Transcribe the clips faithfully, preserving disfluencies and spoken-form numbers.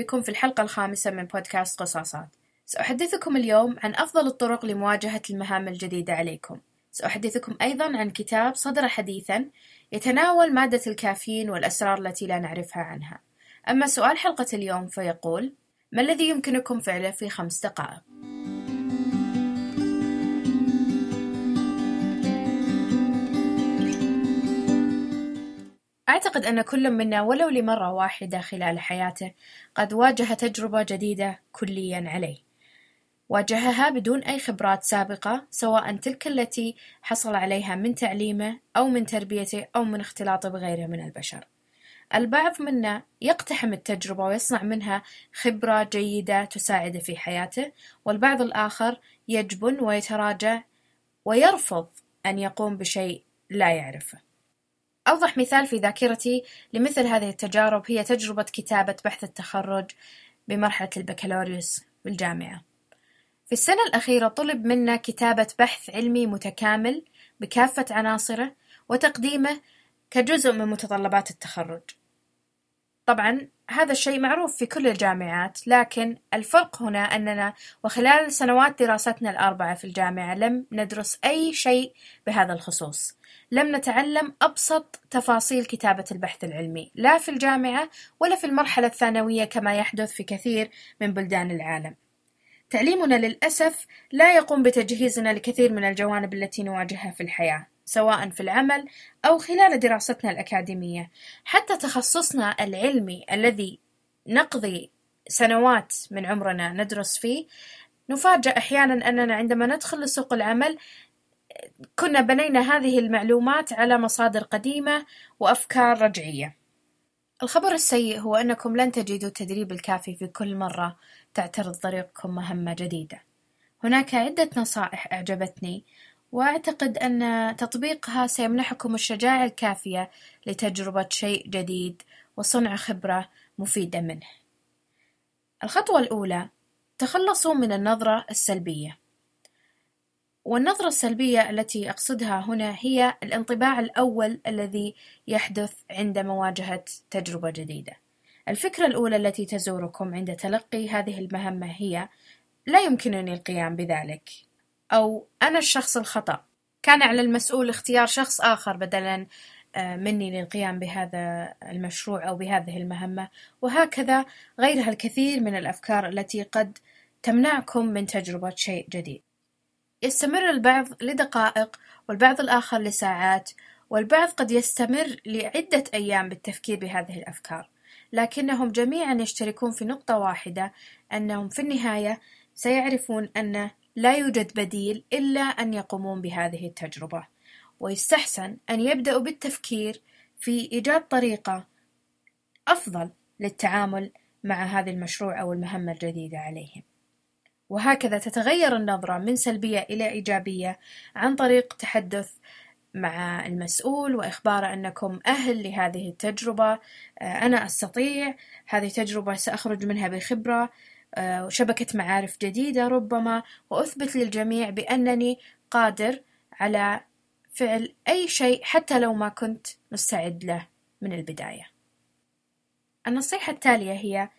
بكم في الحلقة الخامسة من بودكاست قصاصات. سأحدثكم اليوم عن أفضل الطرق لمواجهة المهام الجديدة عليكم. سأحدثكم أيضا عن كتاب صدر حديثا يتناول مادة الكافيين والأسرار التي لا نعرفها عنها. أما سؤال حلقة اليوم فيقول: ما الذي يمكنكم فعله في خمس دقائق؟ أعتقد أن كل منا ولو لمرة واحدة خلال حياته قد واجه تجربة جديدة كليا عليه، واجهها بدون أي خبرات سابقة، سواء تلك التي حصل عليها من تعليمه أو من تربيته أو من اختلاطه بغيره من البشر. البعض منا يقتحم التجربة ويصنع منها خبرة جيدة تساعده في حياته، والبعض الآخر يجبن ويتراجع ويرفض أن يقوم بشيء لا يعرفه. أوضح مثال في ذاكرتي لمثل هذه التجارب هي تجربة كتابة بحث التخرج بمرحلة البكالوريوس بالجامعة. في السنة الأخيرة طلب منا كتابة بحث علمي متكامل بكافة عناصره وتقديمه كجزء من متطلبات التخرج. طبعا هذا الشيء معروف في كل الجامعات، لكن الفرق هنا أننا وخلال سنوات دراستنا الأربعة في الجامعة لم ندرس أي شيء بهذا الخصوص. لم نتعلم أبسط تفاصيل كتابة البحث العلمي، لا في الجامعة ولا في المرحلة الثانوية كما يحدث في كثير من بلدان العالم. تعليمنا للأسف لا يقوم بتجهيزنا لكثير من الجوانب التي نواجهها في الحياة، سواء في العمل أو خلال دراستنا الأكاديمية. حتى تخصصنا العلمي الذي نقضي سنوات من عمرنا ندرس فيه، نفاجأ أحيانا أننا عندما ندخل لسوق العمل كنا بنينا هذه المعلومات على مصادر قديمة وأفكار رجعية. الخبر السيء هو أنكم لن تجدوا التدريب الكافي في كل مرة تعترض طريقكم مهمة جديدة. هناك عدة نصائح أعجبتني، وأعتقد أن تطبيقها سيمنحكم الشجاعة الكافية لتجربة شيء جديد وصنع خبرة مفيدة منه. الخطوة الأولى: تخلصوا من النظرة السلبية. والنظرة السلبية التي أقصدها هنا هي الانطباع الأول الذي يحدث عند مواجهة تجربة جديدة. الفكرة الأولى التي تزوركم عند تلقي هذه المهمة هي: لا يمكنني القيام بذلك، أو أنا الشخص الخطأ، كان على المسؤول اختيار شخص آخر بدلاً مني للقيام بهذا المشروع أو بهذه المهمة، وهكذا غيرها الكثير من الأفكار التي قد تمنعكم من تجربة شيء جديد. يستمر البعض لدقائق والبعض الآخر لساعات، والبعض قد يستمر لعدة أيام بالتفكير بهذه الأفكار، لكنهم جميعا يشتركون في نقطة واحدة: أنهم في النهاية سيعرفون أن لا يوجد بديل إلا أن يقومون بهذه التجربة، ويستحسن أن يبدأوا بالتفكير في إيجاد طريقة أفضل للتعامل مع هذا المشروع أو المهمة الجديدة عليهم. وهكذا تتغير النظرة من سلبية إلى إيجابية عن طريق تحدث مع المسؤول وإخباره أنكم أهل لهذه التجربة، أنا أستطيع، هذه تجربة سأخرج منها بخبرة وشبكة معارف جديدة ربما، وأثبت للجميع بأنني قادر على فعل أي شيء حتى لو ما كنت مستعد له من البداية. النصيحة التالية هي: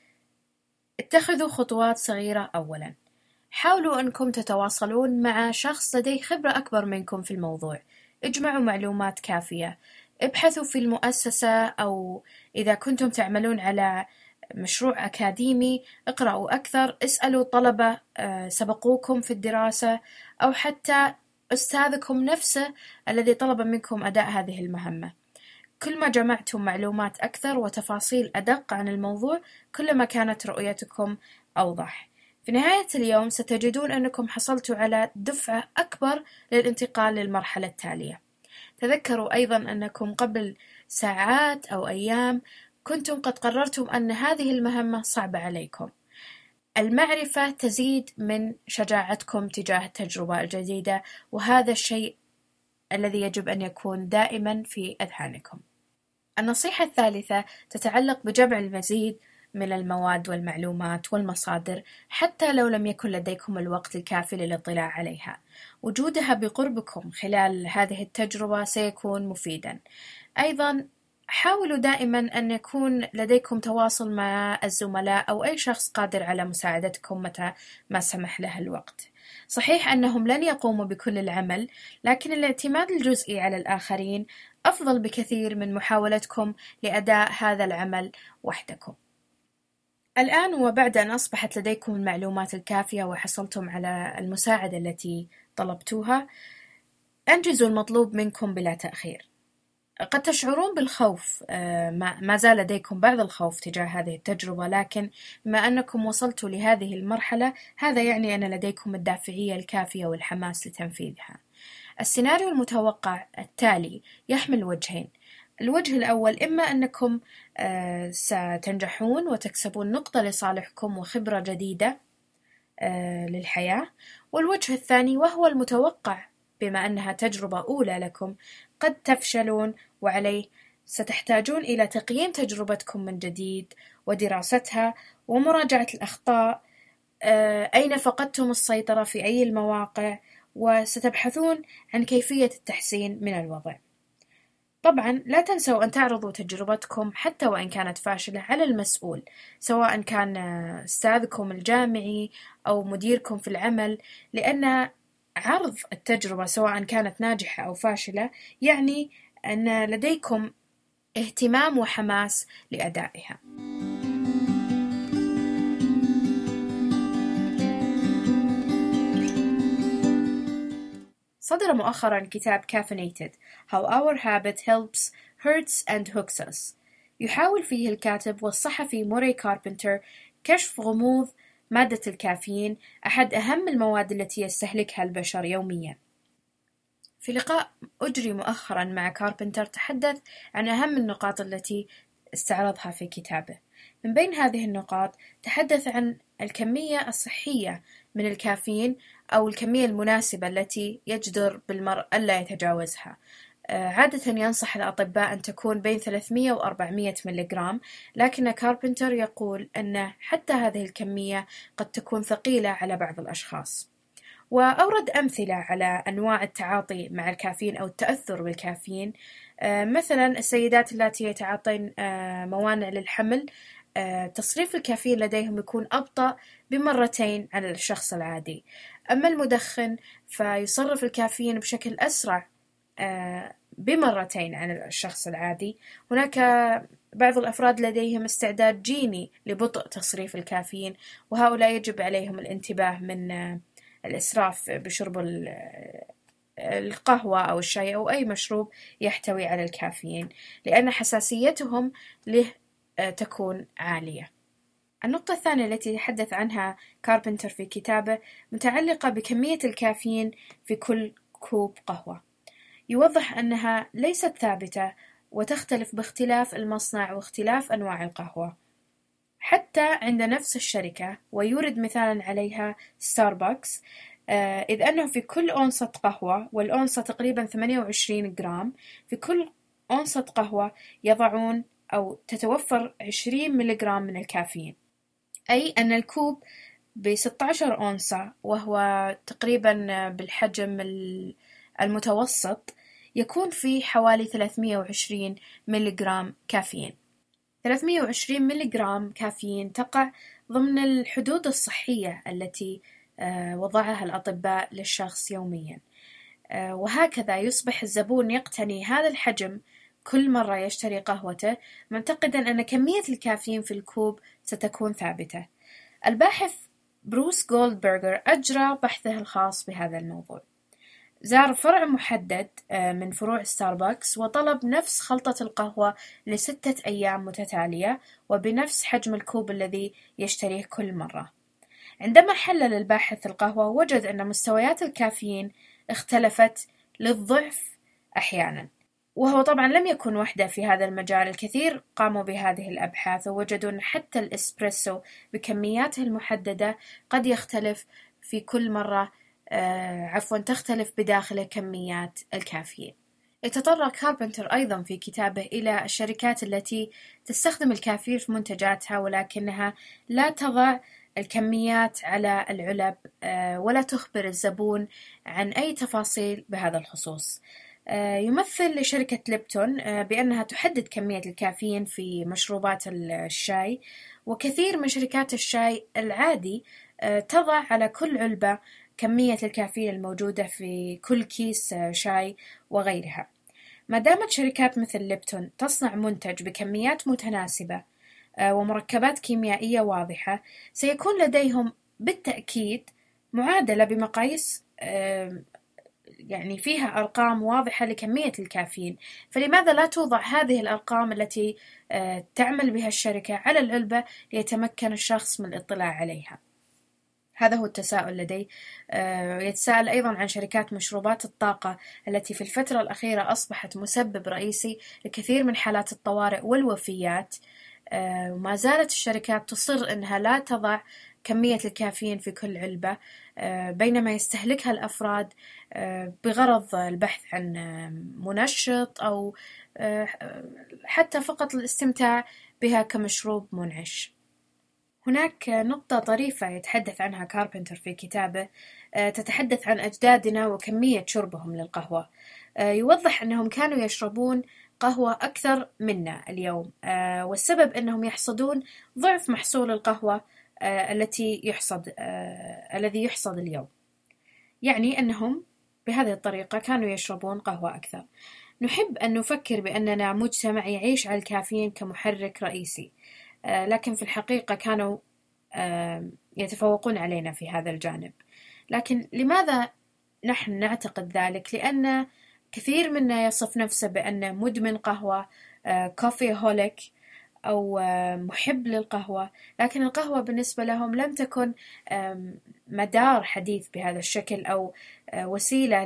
اتخذوا خطوات صغيرة أولاً. حاولوا أنكم تتواصلون مع شخص لديه خبرة أكبر منكم في الموضوع، اجمعوا معلومات كافية، ابحثوا في المؤسسة، أو إذا كنتم تعملون على مشروع أكاديمي اقرأوا أكثر، اسألوا طلبة سبقوكم في الدراسة، أو حتى أستاذكم نفسه الذي طلب منكم أداء هذه المهمة. كل ما جمعتم معلومات أكثر وتفاصيل أدق عن الموضوع، كلما كانت رؤيتكم أوضح. في نهاية اليوم ستجدون أنكم حصلتوا على دفعة أكبر للانتقال للمرحلة التالية. تذكروا أيضا أنكم قبل ساعات أو أيام كنتم قد قررتم أن هذه المهمة صعبة عليكم. المعرفة تزيد من شجاعتكم تجاه التجربة الجديدة، وهذا الشيء الذي يجب أن يكون دائما في أذهانكم. النصيحة الثالثة تتعلق بجمع المزيد من المواد والمعلومات والمصادر حتى لو لم يكن لديكم الوقت الكافي للاطلاع عليها. وجودها بقربكم خلال هذه التجربة سيكون مفيدا. أيضا حاولوا دائما أن يكون لديكم تواصل مع الزملاء أو أي شخص قادر على مساعدتكم متى ما سمح له الوقت. صحيح أنهم لن يقوموا بكل العمل، لكن الاعتماد الجزئي على الآخرين أفضل بكثير من محاولتكم لأداء هذا العمل وحدكم. الآن وبعد أن أصبحت لديكم المعلومات الكافية وحصلتم على المساعدة التي طلبتوها، أنجزوا المطلوب منكم بلا تأخير. قد تشعرون بالخوف، ما زال لديكم بعض الخوف تجاه هذه التجربة، لكن بما أنكم وصلتوا لهذه المرحلة هذا يعني أن لديكم الدافعية الكافية والحماس لتنفيذها. السيناريو المتوقع التالي يحمل وجهين. الوجه الأول إما أنكم ستنجحون وتكسبون نقطة لصالحكم وخبرة جديدة للحياة، والوجه الثاني وهو المتوقع بما أنها تجربة أولى لكم قد تفشلون، وعليه ستحتاجون إلى تقييم تجربتكم من جديد ودراستها ومراجعة الأخطاء، أين فقدتم السيطرة في أي المواقع، وستبحثون عن كيفية التحسين من الوضع. طبعا لا تنسوا أن تعرضوا تجربتكم حتى وإن كانت فاشلة على المسؤول، سواء كان أستاذكم الجامعي أو مديركم في العمل، لأن عرض التجربة سواء كانت ناجحة أو فاشلة يعني أن لديكم اهتمام وحماس لأدائها. صدر مؤخرا كتاب Caffeinated How Our Habit Helps Hurts and Hooks Us. يحاول فيه الكاتب والصحفي موري كاربنتر كشف غموض مادة الكافيين، أحد أهم المواد التي يستهلكها البشر يوميا. في لقاء أجري مؤخرا مع كاربنتر تحدث عن أهم النقاط التي استعرضها في كتابه. من بين هذه النقاط تحدث عن الكمية الصحية من الكافيين أو الكمية المناسبة التي يجدر بالمرء ألا يتجاوزها. عادة ينصح الأطباء أن تكون بين ثلاثمئة وأربعمئة ملغرام، لكن كاربنتر يقول أن حتى هذه الكمية قد تكون ثقيلة على بعض الأشخاص. وأورد أمثلة على أنواع التعاطي مع الكافيين أو التأثر بالكافيين، مثلا السيدات التي يتعاطين موانع للحمل، تصريف الكافيين لديهم يكون أبطأ بمرتين عن الشخص العادي. أما المدخن فيصرف الكافيين بشكل أسرع بمرتين عن الشخص العادي. هناك بعض الأفراد لديهم استعداد جيني لبطء تصريف الكافيين، وهؤلاء يجب عليهم الانتباه من الإسراف بشرب القهوة أو الشاي أو أي مشروب يحتوي على الكافيين، لأن حساسيتهم له تكون عالية. النقطة الثانية التي يتحدث عنها كاربنتر في كتابه متعلقة بكمية الكافيين في كل كوب قهوة. يوضح أنها ليست ثابتة وتختلف باختلاف المصنع واختلاف أنواع القهوة حتى عند نفس الشركة، ويورد مثالا عليها ستاربكس، إذ أنه في كل أونصة قهوة، والأونصة تقريبا ثمانية وعشرين جرام، في كل أونصة قهوة يضعون أو تتوفر عشرين ملغرام من الكافيين، أي أن الكوب بستة عشر أونصة وهو تقريبا بالحجم المتوسط يكون فيه حوالي ثلاثمئة وعشرين ملغرام كافيين. ثلاثمئة وعشرين ملغرام كافيين تقع ضمن الحدود الصحية التي وضعها الأطباء للشخص يوميا، وهكذا يصبح الزبون يقتني هذا الحجم كل مرة يشتري قهوته، معتقدا أن كمية الكافيين في الكوب ستكون ثابتة. الباحث بروس جولدبرغر أجرى بحثه الخاص بهذا الموضوع. زار فرع محدد من فروع ستاربكس وطلب نفس خلطة القهوة لستة أيام متتالية وبنفس حجم الكوب الذي يشتريه كل مرة. عندما حلل الباحث القهوة وجد أن مستويات الكافيين اختلفت للضعف أحيانا، وهو طبعا لم يكن وحده في هذا المجال. الكثير قاموا بهذه الأبحاث ووجدوا أن حتى الإسبريسو بكمياته المحددة قد يختلف في كل مرة، آه عفوا تختلف بداخله كميات الكافيين. يتطرق كاربنتر أيضا في كتابه إلى الشركات التي تستخدم الكافيين في منتجاتها ولكنها لا تضع الكميات على العلب ولا تخبر الزبون عن أي تفاصيل بهذا الخصوص. يمثل لشركة ليبتون بأنها تحدد كمية الكافيين في مشروبات الشاي، وكثير من شركات الشاي العادي تضع على كل علبة كمية الكافيين الموجودة في كل كيس شاي وغيرها. ما دامت شركات مثل ليبتون تصنع منتج بكميات متناسبة ومركبات كيميائية واضحة، سيكون لديهم بالتأكيد معادلة بمقاييس يعني فيها أرقام واضحة لكمية الكافيين. فلماذا لا توضع هذه الأرقام التي تعمل بها الشركة على العلبة ليتمكن الشخص من الاطلاع عليها؟ هذا هو التساؤل لدي. يتساءل أيضا عن شركات مشروبات الطاقة التي في الفترة الأخيرة أصبحت مسبب رئيسي لكثير من حالات الطوارئ والوفيات، وما زالت الشركات تصر أنها لا تضع كمية الكافيين في كل علبة، بينما يستهلكها الأفراد بغرض البحث عن منشط أو حتى فقط الاستمتاع بها كمشروب منعش. هناك نقطة طريفة يتحدث عنها كاربنتر في كتابه، تتحدث عن أجدادنا وكمية شربهم للقهوة. يوضح أنهم كانوا يشربون قهوة أكثر منا اليوم، والسبب أنهم يحصدون ضعف محصول القهوة التي يحصد الذي يحصد اليوم، يعني أنهم بهذه الطريقة كانوا يشربون قهوة أكثر. نحب أن نفكر بأننا مجتمع يعيش على الكافيين كمحرك رئيسي، لكن في الحقيقة كانوا يتفوقون علينا في هذا الجانب. لكن لماذا نحن نعتقد ذلك؟ لأن كثير منا يصف نفسه بأنه مدمن قهوة، كوفي هوليك، أو محب للقهوة، لكن القهوة بالنسبة لهم لم تكن مدار حديث بهذا الشكل أو وسيلة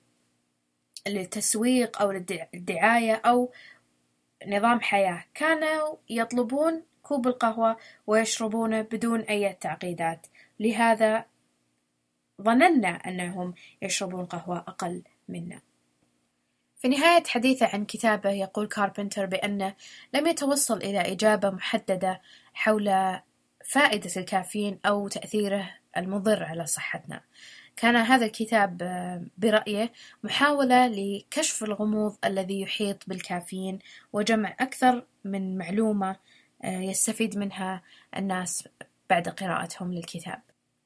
للتسويق أو للدعاية أو نظام حياة. كانوا يطلبون كوب القهوة ويشربونه بدون أي تعقيدات، لهذا ظننا أنهم يشربون قهوة أقل منا. في نهاية حديثه عن كتابه يقول كاربنتر بأنه لم يتوصل إلى إجابة محددة حول فائدة الكافيين أو تأثيره المضر على صحتنا. كان هذا الكتاب برأيه محاولة لكشف الغموض الذي يحيط بالكافيين وجمع أكثر من معلومة يستفيد منها الناس بعد قراءتهم للكتاب.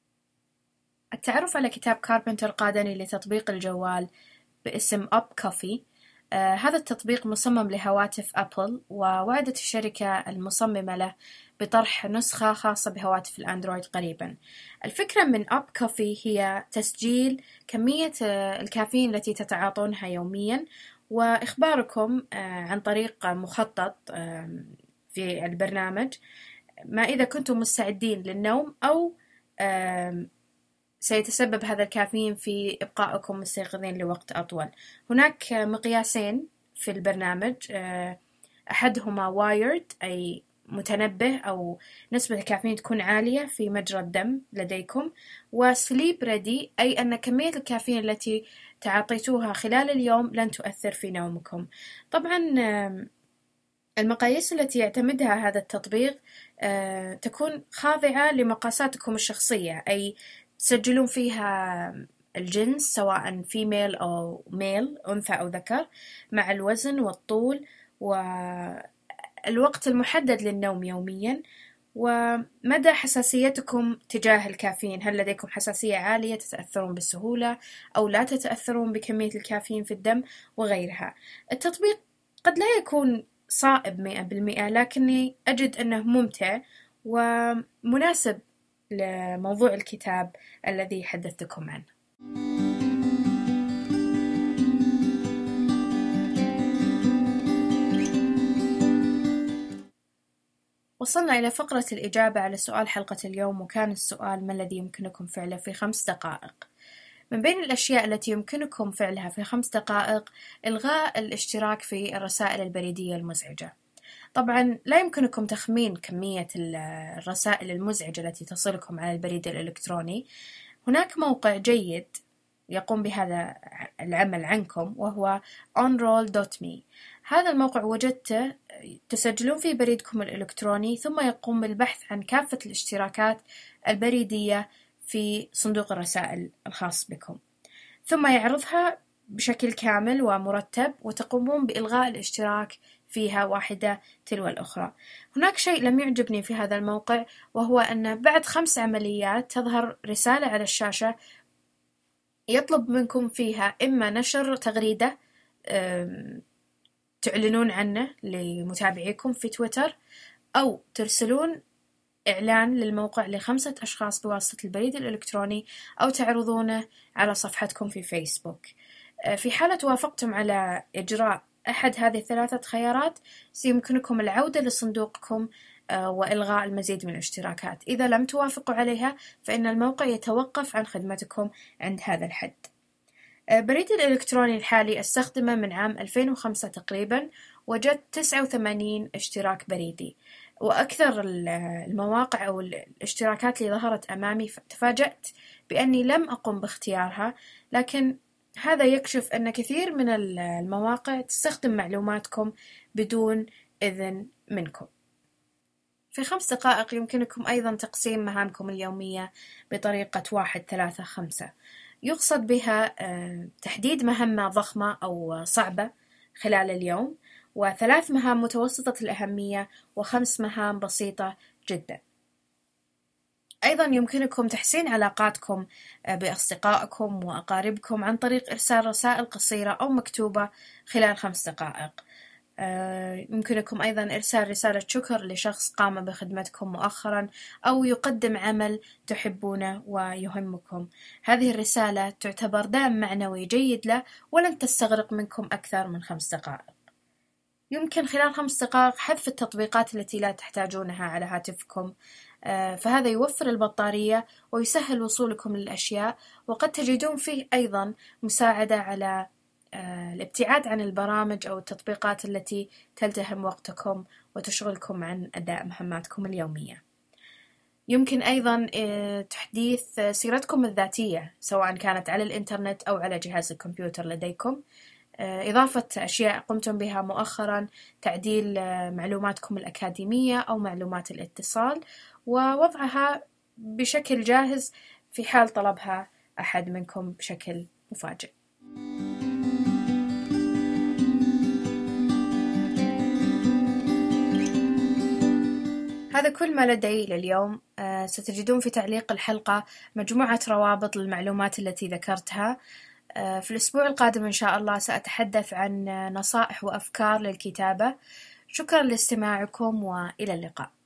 التعرف على كتاب كاربنتر قادني لتطبيق الجوال باسم أب كوفي. آه هذا التطبيق مصمم لهواتف أبل، ووعدت الشركة المصممة له بطرح نسخة خاصة بهواتف الأندرويد قريبا. الفكرة من أب كوفي هي تسجيل كمية آه الكافيين التي تتعاطونها يوميا، وإخباركم آه عن طريق مخطط آه في البرنامج ما إذا كنتم مستعدين للنوم أو آه سيتسبب هذا الكافيين في إبقائكم مستيقظين لوقت أطول. هناك مقياسين في البرنامج، أحدهما وايرد أي متنبه أو نسبة الكافيين تكون عالية في مجرى الدم لديكم، وسليب ريدي أي أن كمية الكافيين التي تعاطيتوها خلال اليوم لن تؤثر في نومكم. طبعا المقاييس التي يعتمدها هذا التطبيق تكون خاضعة لمقاساتكم الشخصية، أي تسجلون فيها الجنس سواء فيميل أو ميل، أنثى أو ذكر، مع الوزن والطول والوقت المحدد للنوم يوميا، ومدى حساسيتكم تجاه الكافيين. هل لديكم حساسية عالية تتأثرون بسهولة أو لا تتأثرون بكمية الكافيين في الدم وغيرها. التطبيق قد لا يكون صائب مئة بالمئة، لكني أجد أنه ممتع ومناسب لموضوع الكتاب الذي حدثتكم عنه. وصلنا إلى فقرة الإجابة على سؤال حلقة اليوم، وكان السؤال: ما الذي يمكنكم فعله في خمس دقائق؟ من بين الأشياء التي يمكنكم فعلها في خمس دقائق إلغاء الاشتراك في الرسائل البريدية المزعجة. طبعا لا يمكنكم تخمين كمية الرسائل المزعجة التي تصلكم على البريد الإلكتروني. هناك موقع جيد يقوم بهذا العمل عنكم وهو onroll دوت مي. هذا الموقع وجدته تسجلون فيه بريدكم الإلكتروني، ثم يقوم بالبحث عن كافة الاشتراكات البريدية في صندوق الرسائل الخاص بكم، ثم يعرضها بشكل كامل ومرتب، وتقومون بإلغاء الاشتراك فيها واحدة تلو الأخرى. هناك شيء لم يعجبني في هذا الموقع، وهو أن بعد خمس عمليات تظهر رسالة على الشاشة يطلب منكم فيها إما نشر تغريدة تعلنون عنه لمتابعيكم في تويتر، أو ترسلون إعلان للموقع لخمسة أشخاص بواسطة البريد الإلكتروني، أو تعرضونه على صفحتكم في فيسبوك. في حالة وافقتم على إجراء أحد هذه الثلاثة خيارات، سيمكنكم العودة لصندوقكم وإلغاء المزيد من الاشتراكات. إذا لم توافقوا عليها فإن الموقع يتوقف عن خدمتكم عند هذا الحد. بريدي الإلكتروني الحالي استخدمه من عام ألفين وخمسة تقريبا، وجدت تسعة وثمانين اشتراك بريدي، وأكثر المواقع أو الاشتراكات اللي ظهرت أمامي تفاجأت بأني لم أقم باختيارها، لكن هذا يكشف أن كثير من المواقع تستخدم معلوماتكم بدون إذن منكم. في خمس دقائق يمكنكم أيضا تقسيم مهامكم اليومية بطريقة واحد ثلاثة خمسة، يقصد بها تحديد مهمة ضخمة أو صعبة خلال اليوم، وثلاث مهام متوسطة الأهمية، وخمس مهام بسيطة جدا. أيضا يمكنكم تحسين علاقاتكم بأصدقائكم وأقاربكم عن طريق إرسال رسائل قصيرة أو مكتوبة خلال خمس دقائق. يمكنكم أيضا إرسال رسالة شكر لشخص قام بخدمتكم مؤخرا، أو يقدم عمل تحبونه ويهمكم. هذه الرسالة تعتبر دعم معنوي جيد له، ولن تستغرق منكم أكثر من خمس دقائق. يمكن خلال خمس دقائق حذف التطبيقات التي لا تحتاجونها على هاتفكم، فهذا يوفر البطارية ويسهل وصولكم للأشياء، وقد تجدون فيه أيضا مساعدة على الابتعاد عن البرامج أو التطبيقات التي تلتهم وقتكم وتشغلكم عن أداء مهماتكم اليومية. يمكن أيضا تحديث سيرتكم الذاتية، سواء كانت على الإنترنت أو على جهاز الكمبيوتر لديكم، إضافة أشياء قمتم بها مؤخرا، تعديل معلوماتكم الأكاديمية أو معلومات الاتصال، ووضعها بشكل جاهز في حال طلبها أحد منكم بشكل مفاجئ. هذا كل ما لدي لليوم. أه ستجدون في تعليق الحلقة مجموعة روابط للمعلومات التي ذكرتها. أه في الأسبوع القادم إن شاء الله سأتحدث عن نصائح وأفكار للكتابة. شكرا لاستماعكم وإلى اللقاء.